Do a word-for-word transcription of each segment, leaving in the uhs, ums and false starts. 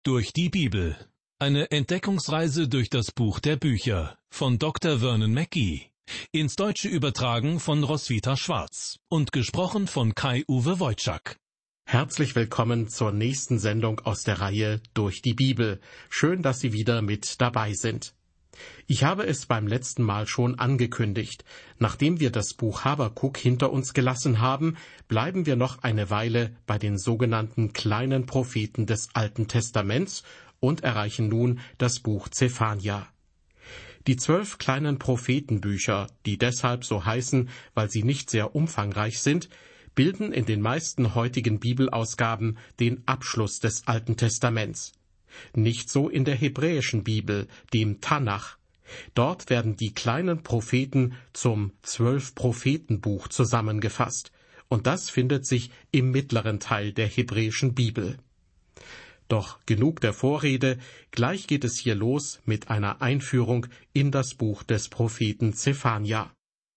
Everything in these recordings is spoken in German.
durch die Bibel. Eine Entdeckungsreise durch das Buch der Bücher von Doktor Vernon Mackey. Ins Deutsche übertragen von Roswitha Schwarz und gesprochen von Kai-Uwe Wojczak. Herzlich willkommen zur nächsten Sendung aus der Reihe Durch die Bibel. Schön, dass Sie wieder mit dabei sind. Ich habe es beim letzten Mal schon angekündigt. Nachdem wir das Buch Habakuk hinter uns gelassen haben, bleiben wir noch eine Weile bei den sogenannten kleinen Propheten des Alten Testaments und erreichen nun das Buch Zephania. Die zwölf kleinen Prophetenbücher, die deshalb so heißen, weil sie nicht sehr umfangreich sind, bilden in den meisten heutigen Bibelausgaben den Abschluss des Alten Testaments. Nicht so in der hebräischen Bibel, dem Tanach. Dort werden die kleinen Propheten zum Zwölf-Prophetenbuch zusammengefasst, und das findet sich im mittleren Teil der hebräischen Bibel. Doch genug der Vorrede, gleich geht es hier los mit einer Einführung in das Buch des Propheten Zephania.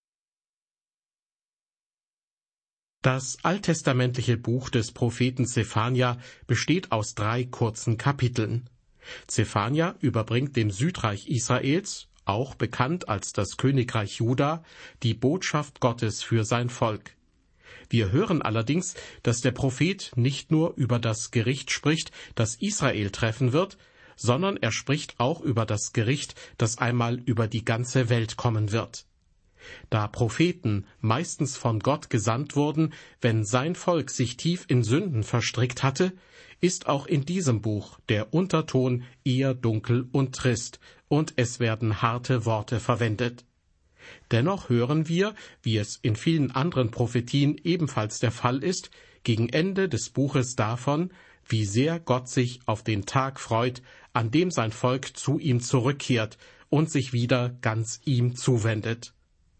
Das alttestamentliche Buch des Propheten Zephania besteht aus drei kurzen Kapiteln. Zephania überbringt dem Südreich Israels, auch bekannt als das Königreich Juda, die Botschaft Gottes für sein Volk. Wir hören allerdings, dass der Prophet nicht nur über das Gericht spricht, das Israel treffen wird, sondern er spricht auch über das Gericht, das einmal über die ganze Welt kommen wird. Da Propheten meistens von Gott gesandt wurden, wenn sein Volk sich tief in Sünden verstrickt hatte, ist auch in diesem Buch der Unterton eher dunkel und trist, und es werden harte Worte verwendet. Dennoch hören wir, wie es in vielen anderen Prophetien ebenfalls der Fall ist, gegen Ende des Buches davon, wie sehr Gott sich auf den Tag freut, an dem sein Volk zu ihm zurückkehrt und sich wieder ganz ihm zuwendet.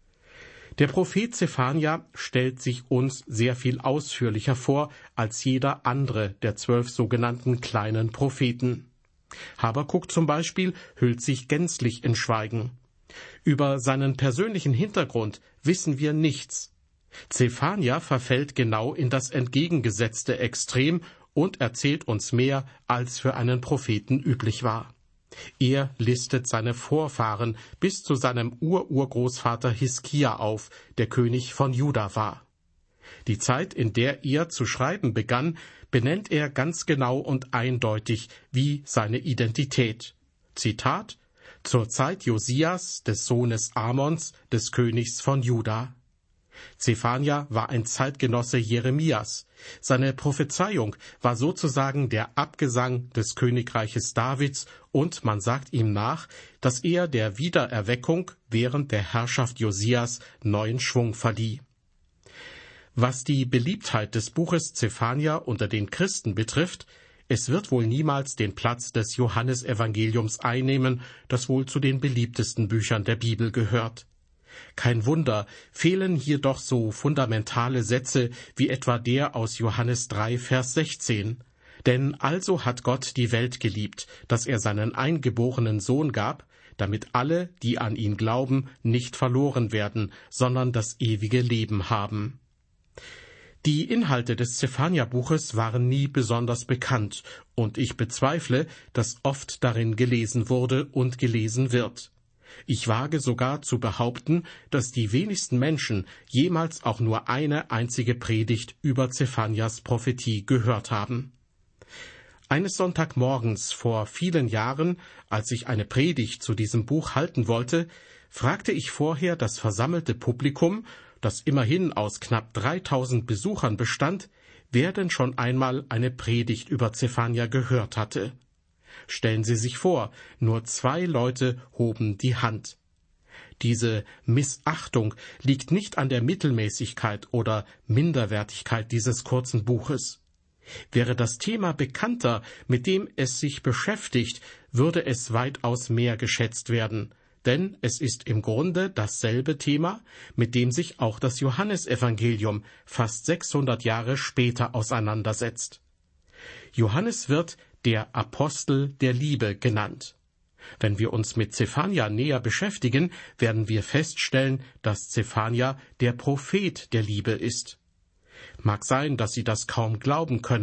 Der Prophet Zephania stellt sich uns sehr viel ausführlicher vor als jeder andere der zwölf sogenannten kleinen Propheten. Habakuk zum Beispiel hüllt sich gänzlich in Schweigen. Über seinen persönlichen Hintergrund wissen wir nichts. Zephania verfällt genau in das entgegengesetzte Extrem und erzählt uns mehr, als für einen Propheten üblich war. Er listet seine Vorfahren bis zu seinem Ururgroßvater Hiskia auf, der König von Juda war. Die Zeit, in der er zu schreiben begann, benennt er ganz genau und eindeutig wie seine Identität. Zitat: Zur Zeit Josias, des Sohnes Amons, des Königs von Juda. Zephania war ein Zeitgenosse Jeremias. Seine Prophezeiung war sozusagen der Abgesang des Königreiches Davids, und man sagt ihm nach, dass er der Wiedererweckung während der Herrschaft Josias neuen Schwung verlieh. Was die Beliebtheit des Buches Zephania unter den Christen betrifft, es wird wohl niemals den Platz des Johannesevangeliums einnehmen, das wohl zu den beliebtesten Büchern der Bibel gehört. Kein Wunder, fehlen hier doch so fundamentale Sätze wie etwa der aus Johannes drei, Vers sechzehn. Denn also hat Gott die Welt geliebt, dass er seinen eingeborenen Sohn gab, damit alle, die an ihn glauben, nicht verloren werden, sondern das ewige Leben haben. Die Inhalte des Zephania-Buches waren nie besonders bekannt, und ich bezweifle, dass oft darin gelesen wurde und gelesen wird. Ich wage sogar zu behaupten, dass die wenigsten Menschen jemals auch nur eine einzige Predigt über Zephanias Prophetie gehört haben. Eines Sonntagmorgens vor vielen Jahren, als ich eine Predigt zu diesem Buch halten wollte, fragte ich vorher das versammelte Publikum, das immerhin aus knapp dreitausend Besuchern bestand, wer denn schon einmal eine Predigt über Zephania gehört hatte. Stellen Sie sich vor, nur zwei Leute hoben die Hand. Diese Missachtung liegt nicht an der Mittelmäßigkeit oder Minderwertigkeit dieses kurzen Buches. Wäre das Thema bekannter, mit dem es sich beschäftigt, würde es weitaus mehr geschätzt werden, denn es ist im Grunde dasselbe Thema, mit dem sich auch das Johannesevangelium fast sechshundert Jahre später auseinandersetzt. Johannes wird der Apostel der Liebe genannt. Wenn wir uns mit Zephania näher beschäftigen, werden wir feststellen, dass Zephania der Prophet der Liebe ist. Mag sein, dass Sie das kaum glauben können,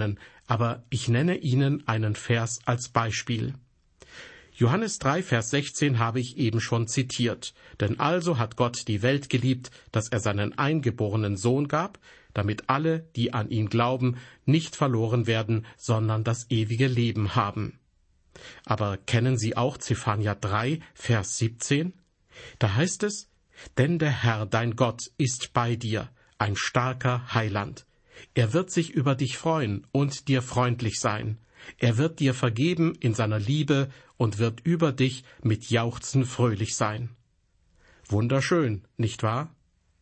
aber ich nenne Ihnen einen Vers als Beispiel. Johannes drei, Vers sechzehn habe ich eben schon zitiert. Denn also hat Gott die Welt geliebt, dass er seinen eingeborenen Sohn gab, damit alle, die an ihn glauben, nicht verloren werden, sondern das ewige Leben haben. Aber kennen Sie auch Zephania drei, Vers siebzehn? Da heißt es, denn der Herr, dein Gott, ist bei dir, ein starker Heiland. Er wird sich über dich freuen und dir freundlich sein. Er wird dir vergeben in seiner Liebe und wird über dich mit Jauchzen fröhlich sein. Wunderschön, nicht wahr?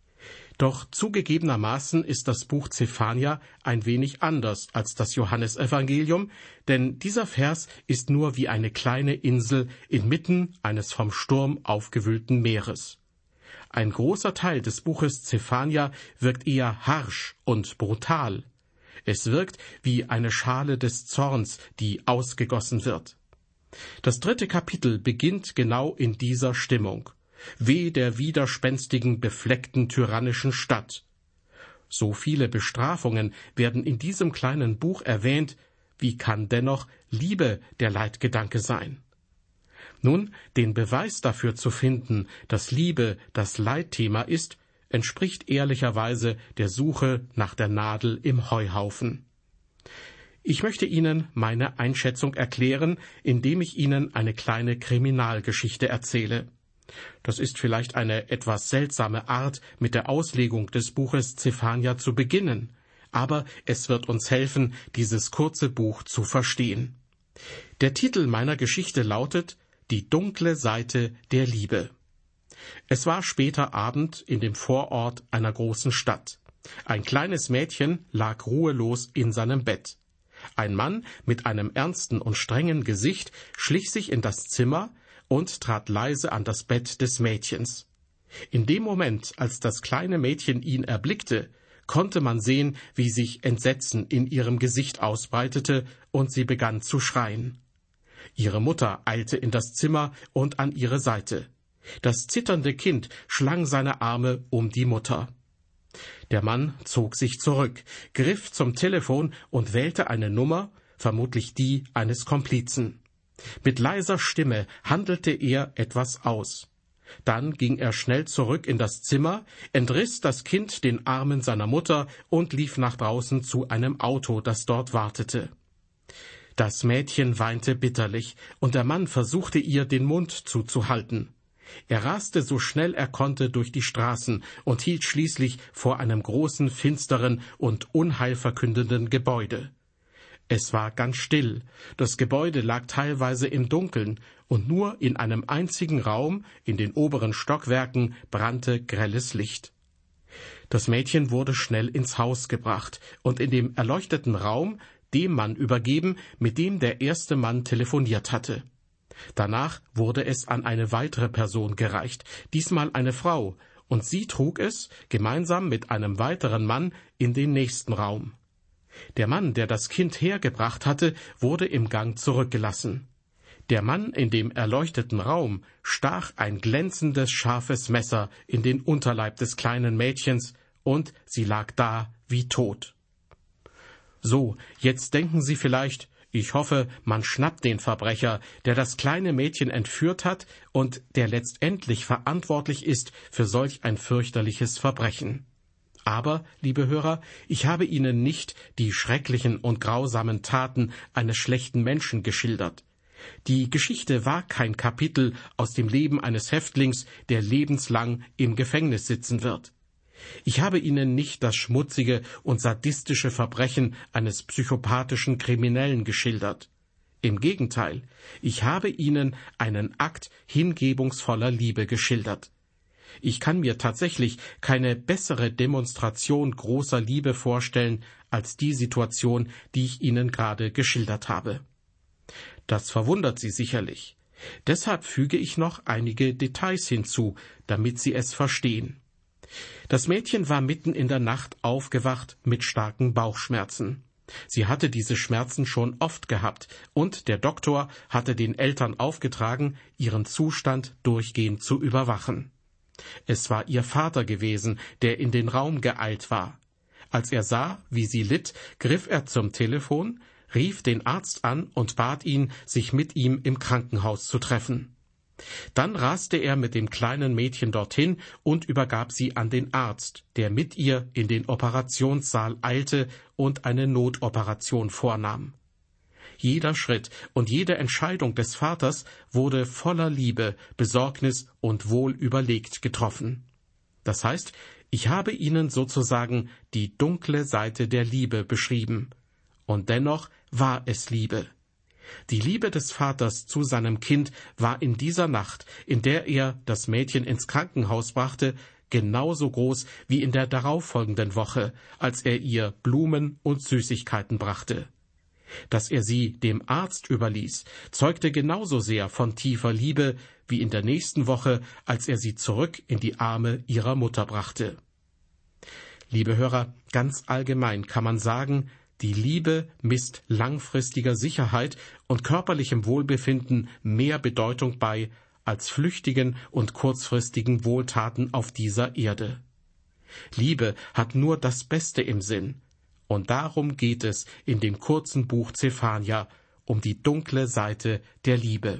Doch zugegebenermaßen ist das Buch Zephania ein wenig anders als das Johannesevangelium, denn dieser Vers ist nur wie eine kleine Insel inmitten eines vom Sturm aufgewühlten Meeres. Ein großer Teil des Buches Zephania wirkt eher harsch und brutal. Es wirkt wie eine Schale des Zorns, die ausgegossen wird. Das dritte Kapitel beginnt genau in dieser Stimmung. Weh der widerspenstigen, befleckten, tyrannischen Stadt. So viele Bestrafungen werden in diesem kleinen Buch erwähnt, wie kann dennoch Liebe der Leitgedanke sein? Nun, den Beweis dafür zu finden, dass Liebe das Leitthema ist, entspricht ehrlicherweise der Suche nach der Nadel im Heuhaufen. Ich möchte Ihnen meine Einschätzung erklären, indem ich Ihnen eine kleine Kriminalgeschichte erzähle. Das ist vielleicht eine etwas seltsame Art, mit der Auslegung des Buches Zephania zu beginnen, aber es wird uns helfen, dieses kurze Buch zu verstehen. Der Titel meiner Geschichte lautet »Die dunkle Seite der Liebe«. Es war später Abend in dem Vorort einer großen Stadt. Ein kleines Mädchen lag ruhelos in seinem Bett. Ein Mann mit einem ernsten und strengen Gesicht schlich sich in das Zimmer und trat leise an das Bett des Mädchens. In dem Moment, als das kleine Mädchen ihn erblickte, konnte man sehen, wie sich Entsetzen in ihrem Gesicht ausbreitete, und sie begann zu schreien. Ihre Mutter eilte in das Zimmer und an ihre Seite. Das zitternde Kind schlang seine Arme um die Mutter. Der Mann zog sich zurück, griff zum Telefon und wählte eine Nummer, vermutlich die eines Komplizen. Mit leiser Stimme handelte er etwas aus. Dann ging er schnell zurück in das Zimmer, entriss das Kind den Armen seiner Mutter und lief nach draußen zu einem Auto, das dort wartete. Das Mädchen weinte bitterlich, und der Mann versuchte ihr, den Mund zuzuhalten. Er raste so schnell er konnte durch die Straßen und hielt schließlich vor einem großen, finsteren und unheilverkündenden Gebäude. Es war ganz still, das Gebäude lag teilweise im Dunkeln, und nur in einem einzigen Raum, in den oberen Stockwerken, brannte grelles Licht. Das Mädchen wurde schnell ins Haus gebracht und in dem erleuchteten Raum dem Mann übergeben, mit dem der erste Mann telefoniert hatte. Danach wurde es an eine weitere Person gereicht, diesmal eine Frau, und sie trug es, gemeinsam mit einem weiteren Mann, in den nächsten Raum. Der Mann, der das Kind hergebracht hatte, wurde im Gang zurückgelassen. Der Mann in dem erleuchteten Raum stach ein glänzendes, scharfes Messer in den Unterleib des kleinen Mädchens, und sie lag da wie tot. So, jetzt denken Sie vielleicht, ich hoffe, man schnappt den Verbrecher, der das kleine Mädchen entführt hat und der letztendlich verantwortlich ist für solch ein fürchterliches Verbrechen. Aber, liebe Hörer, ich habe Ihnen nicht die schrecklichen und grausamen Taten eines schlechten Menschen geschildert. Die Geschichte war kein Kapitel aus dem Leben eines Häftlings, der lebenslang im Gefängnis sitzen wird. Ich habe Ihnen nicht das schmutzige und sadistische Verbrechen eines psychopathischen Kriminellen geschildert. Im Gegenteil, ich habe Ihnen einen Akt hingebungsvoller Liebe geschildert. Ich kann mir tatsächlich keine bessere Demonstration großer Liebe vorstellen als die Situation, die ich Ihnen gerade geschildert habe. Das verwundert Sie sicherlich. Deshalb füge ich noch einige Details hinzu, damit Sie es verstehen. Das Mädchen war mitten in der Nacht aufgewacht mit starken Bauchschmerzen. Sie hatte diese Schmerzen schon oft gehabt, und der Doktor hatte den Eltern aufgetragen, ihren Zustand durchgehend zu überwachen. Es war ihr Vater gewesen, der in den Raum geeilt war. Als er sah, wie sie litt, griff er zum Telefon, rief den Arzt an und bat ihn, sich mit ihm im Krankenhaus zu treffen. Dann raste er mit dem kleinen Mädchen dorthin und übergab sie an den Arzt, der mit ihr in den Operationssaal eilte und eine Notoperation vornahm. Jeder Schritt und jede Entscheidung des Vaters wurde voller Liebe, Besorgnis und wohl überlegt getroffen. Das heißt, ich habe Ihnen sozusagen die dunkle Seite der Liebe beschrieben. Und dennoch war es Liebe. Die Liebe des Vaters zu seinem Kind war in dieser Nacht, in der er das Mädchen ins Krankenhaus brachte, genauso groß wie in der darauffolgenden Woche, als er ihr Blumen und Süßigkeiten brachte. Dass er sie dem Arzt überließ, zeugte genauso sehr von tiefer Liebe wie in der nächsten Woche, als er sie zurück in die Arme ihrer Mutter brachte. Liebe Hörer, ganz allgemein kann man sagen, die Liebe misst langfristiger Sicherheit und körperlichem Wohlbefinden mehr Bedeutung bei als flüchtigen und kurzfristigen Wohltaten auf dieser Erde. Liebe hat nur das Beste im Sinn. Und darum geht es in dem kurzen Buch Zephania, um die dunkle Seite der Liebe.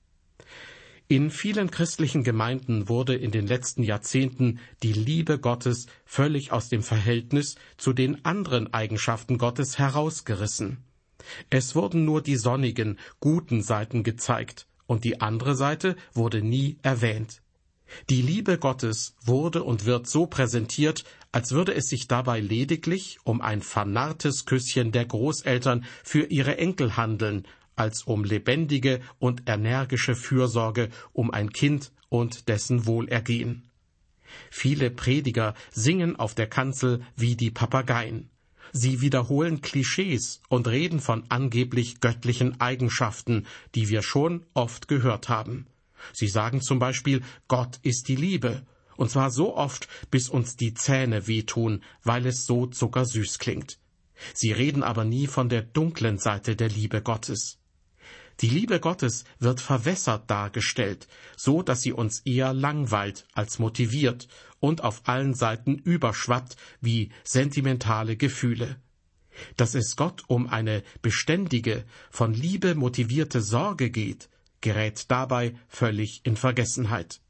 In vielen christlichen Gemeinden wurde in den letzten Jahrzehnten die Liebe Gottes völlig aus dem Verhältnis zu den anderen Eigenschaften Gottes herausgerissen. Es wurden nur die sonnigen, guten Seiten gezeigt, und die andere Seite wurde nie erwähnt. Die Liebe Gottes wurde und wird so präsentiert, als würde es sich dabei lediglich um ein vernarrtes Küsschen der Großeltern für ihre Enkel handeln, als um lebendige und energische Fürsorge um ein Kind und dessen Wohlergehen. Viele Prediger singen auf der Kanzel wie die Papageien. Sie wiederholen Klischees und reden von angeblich göttlichen Eigenschaften, die wir schon oft gehört haben. Sie sagen zum Beispiel, Gott ist die Liebe, und zwar so oft, bis uns die Zähne wehtun, weil es so zuckersüß klingt. Sie reden aber nie von der dunklen Seite der Liebe Gottes. Die Liebe Gottes wird verwässert dargestellt, so dass sie uns eher langweilt als motiviert und auf allen Seiten überschwappt wie sentimentale Gefühle. Dass es Gott um eine beständige, von Liebe motivierte Sorge geht, gerät dabei völlig in Vergessenheit.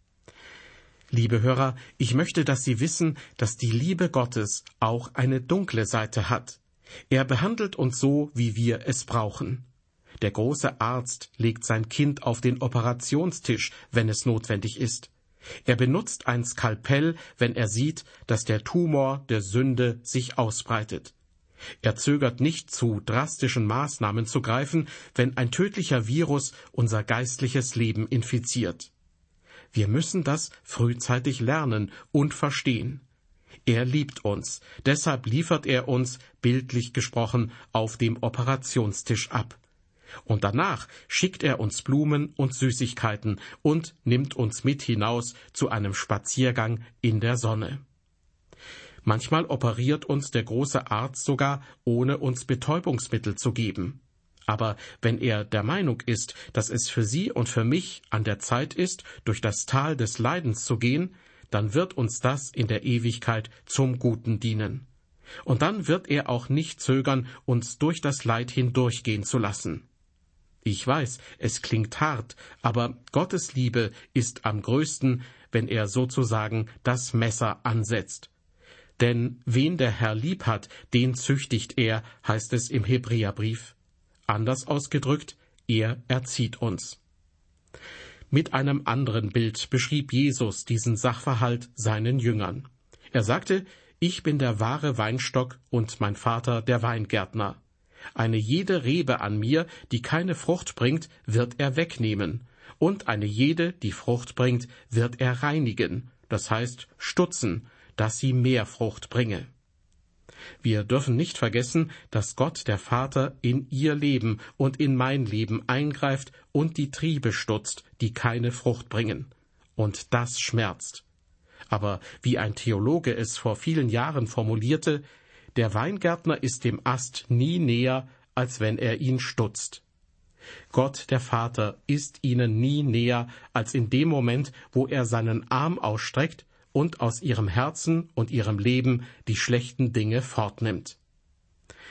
Liebe Hörer, ich möchte, dass Sie wissen, dass die Liebe Gottes auch eine dunkle Seite hat. Er behandelt uns so, wie wir es brauchen. Der große Arzt legt sein Kind auf den Operationstisch, wenn es notwendig ist. Er benutzt ein Skalpell, wenn er sieht, dass der Tumor der Sünde sich ausbreitet. Er zögert nicht, zu drastischen Maßnahmen zu greifen, wenn ein tödlicher Virus unser geistliches Leben infiziert. Wir müssen das frühzeitig lernen und verstehen. Er liebt uns, deshalb liefert er uns, bildlich gesprochen, auf dem Operationstisch ab. Und danach schickt er uns Blumen und Süßigkeiten und nimmt uns mit hinaus zu einem Spaziergang in der Sonne. Manchmal operiert uns der große Arzt sogar, ohne uns Betäubungsmittel zu geben. Aber wenn er der Meinung ist, dass es für Sie und für mich an der Zeit ist, durch das Tal des Leidens zu gehen, dann wird uns das in der Ewigkeit zum Guten dienen. Und dann wird er auch nicht zögern, uns durch das Leid hindurchgehen zu lassen. Ich weiß, es klingt hart, aber Gottes Liebe ist am größten, wenn er sozusagen das Messer ansetzt. Denn wen der Herr lieb hat, den züchtigt er, heißt es im Hebräerbrief. Anders ausgedrückt, er erzieht uns. Mit einem anderen Bild beschrieb Jesus diesen Sachverhalt seinen Jüngern. Er sagte, ich bin der wahre Weinstock und mein Vater der Weingärtner. Eine jede Rebe an mir, die keine Frucht bringt, wird er wegnehmen, und eine jede, die Frucht bringt, wird er reinigen, das heißt stutzen, dass sie mehr Frucht bringe. Wir dürfen nicht vergessen, dass Gott der Vater in ihr Leben und in mein Leben eingreift und die Triebe stutzt, die keine Frucht bringen. Und das schmerzt. Aber wie ein Theologe es vor vielen Jahren formulierte, der Weingärtner ist dem Ast nie näher, als wenn er ihn stutzt. Gott, der Vater, ist ihnen nie näher, als in dem Moment, wo er seinen Arm ausstreckt und aus ihrem Herzen und ihrem Leben die schlechten Dinge fortnimmt.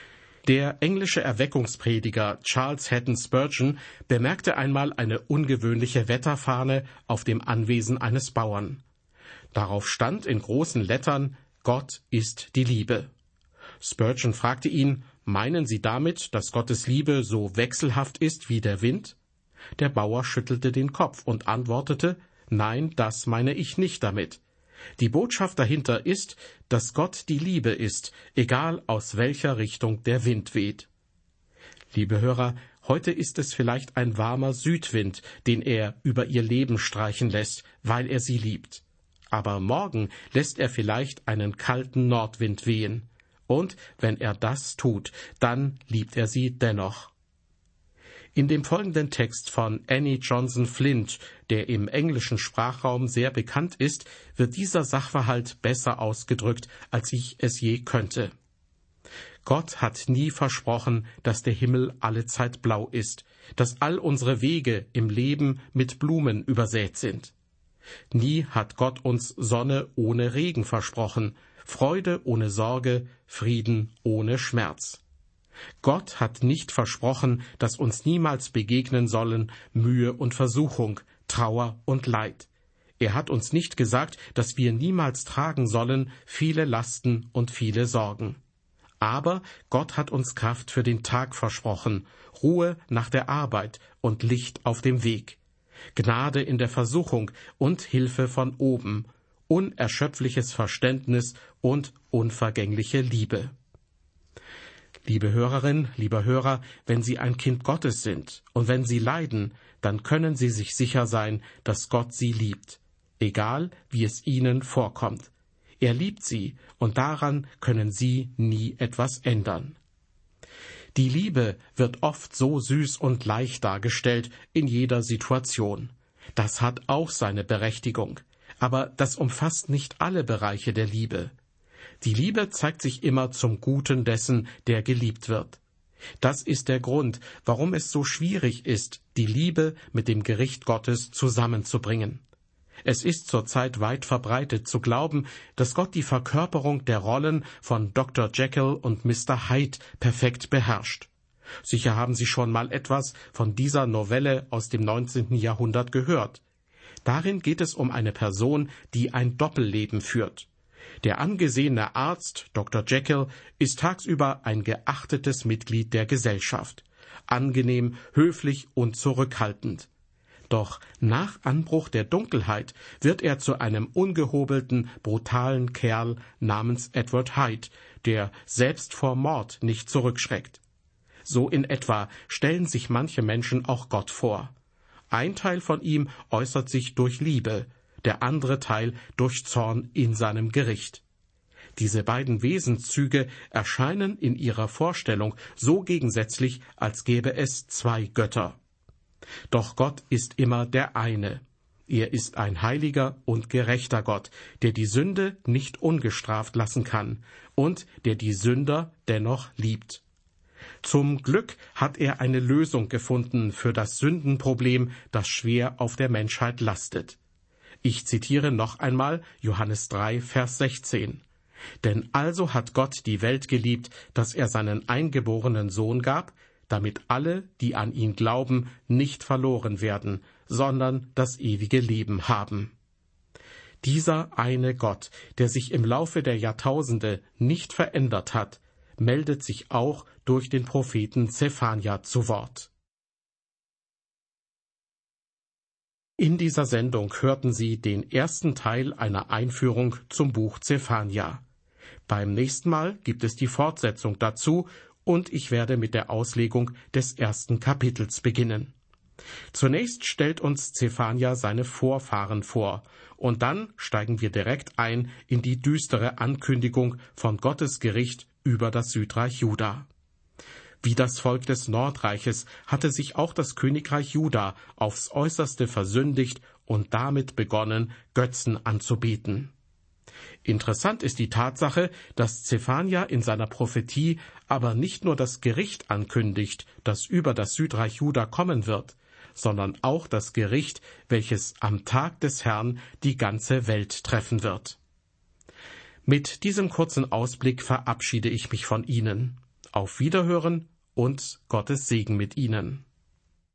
Der englische Erweckungsprediger Charles Haddon Spurgeon bemerkte einmal eine ungewöhnliche Wetterfahne auf dem Anwesen eines Bauern. Darauf stand in großen Lettern: Gott ist die Liebe. Spurgeon fragte ihn: Meinen Sie damit, dass Gottes Liebe so wechselhaft ist wie der Wind? Der Bauer schüttelte den Kopf und antwortete: Nein, das meine ich nicht damit. Die Botschaft dahinter ist, dass Gott die Liebe ist, egal aus welcher Richtung der Wind weht. Liebe Hörer, heute ist es vielleicht ein warmer Südwind, den er über ihr Leben streichen lässt, weil er sie liebt. Aber morgen lässt er vielleicht einen kalten Nordwind wehen. Und wenn er das tut, dann liebt er sie dennoch. In dem folgenden Text von Annie Johnson Flint, der im englischen Sprachraum sehr bekannt ist, wird dieser Sachverhalt besser ausgedrückt, als ich es je könnte. Gott hat nie versprochen, dass der Himmel allezeit blau ist, dass all unsere Wege im Leben mit Blumen übersät sind. Nie hat Gott uns Sonne ohne Regen versprochen, Freude ohne Sorge, Frieden ohne Schmerz. Gott hat nicht versprochen, dass uns niemals begegnen sollen Mühe und Versuchung, Trauer und Leid. Er hat uns nicht gesagt, dass wir niemals tragen sollen viele Lasten und viele Sorgen. Aber Gott hat uns Kraft für den Tag versprochen, Ruhe nach der Arbeit und Licht auf dem Weg, Gnade in der Versuchung und Hilfe von oben, unerschöpfliches Verständnis und unvergängliche Liebe. Liebe Hörerin, lieber Hörer, wenn Sie ein Kind Gottes sind und wenn Sie leiden, dann können Sie sich sicher sein, dass Gott Sie liebt, egal wie es Ihnen vorkommt. Er liebt Sie und daran können Sie nie etwas ändern. Die Liebe wird oft so süß und leicht dargestellt in jeder Situation. Das hat auch seine Berechtigung, aber das umfasst nicht alle Bereiche der Liebe. Die Liebe zeigt sich immer zum Guten dessen, der geliebt wird. Das ist der Grund, warum es so schwierig ist, die Liebe mit dem Gericht Gottes zusammenzubringen. Es ist zurzeit weit verbreitet zu glauben, dass Gott die Verkörperung der Rollen von Doktor Jekyll und Mister Hyde perfekt beherrscht. Sicher haben Sie schon mal etwas von dieser Novelle aus dem neunzehnten Jahrhundert gehört. Darin geht es um eine Person, die ein Doppelleben führt. Der angesehene Arzt, Doktor Jekyll, ist tagsüber ein geachtetes Mitglied der Gesellschaft, angenehm, höflich und zurückhaltend. Doch nach Anbruch der Dunkelheit wird er zu einem ungehobelten, brutalen Kerl namens Edward Hyde, der selbst vor Mord nicht zurückschreckt. So in etwa stellen sich manche Menschen auch Gott vor. Ein Teil von ihm äußert sich durch Liebe, der andere Teil durch Zorn in seinem Gericht. Diese beiden Wesenszüge erscheinen in ihrer Vorstellung so gegensätzlich, als gäbe es zwei Götter. Doch Gott ist immer der eine. Er ist ein heiliger und gerechter Gott, der die Sünde nicht ungestraft lassen kann und der die Sünder dennoch liebt. Zum Glück hat er eine Lösung gefunden für das Sündenproblem, das schwer auf der Menschheit lastet. Ich zitiere noch einmal Johannes drei, Vers sechzehn. Denn also hat Gott die Welt geliebt, dass er seinen eingeborenen Sohn gab, damit alle, die an ihn glauben, nicht verloren werden, sondern das ewige Leben haben. Dieser eine Gott, der sich im Laufe der Jahrtausende nicht verändert hat, meldet sich auch durch den Propheten Zephania zu Wort. In dieser Sendung hörten Sie den ersten Teil einer Einführung zum Buch Zephania. Beim nächsten Mal gibt es die Fortsetzung dazu und ich werde mit der Auslegung des ersten Kapitels beginnen. Zunächst stellt uns Zephania seine Vorfahren vor und dann steigen wir direkt ein in die düstere Ankündigung von Gottes Gericht über das Südreich Juda. Wie das Volk des Nordreiches hatte sich auch das Königreich Juda aufs Äußerste versündigt und damit begonnen, Götzen anzubeten. Interessant ist die Tatsache, dass Zephania in seiner Prophetie aber nicht nur das Gericht ankündigt, das über das Südreich Juda kommen wird, sondern auch das Gericht, welches am Tag des Herrn die ganze Welt treffen wird. Mit diesem kurzen Ausblick verabschiede ich mich von Ihnen. Auf Wiederhören und Gottes Segen mit Ihnen.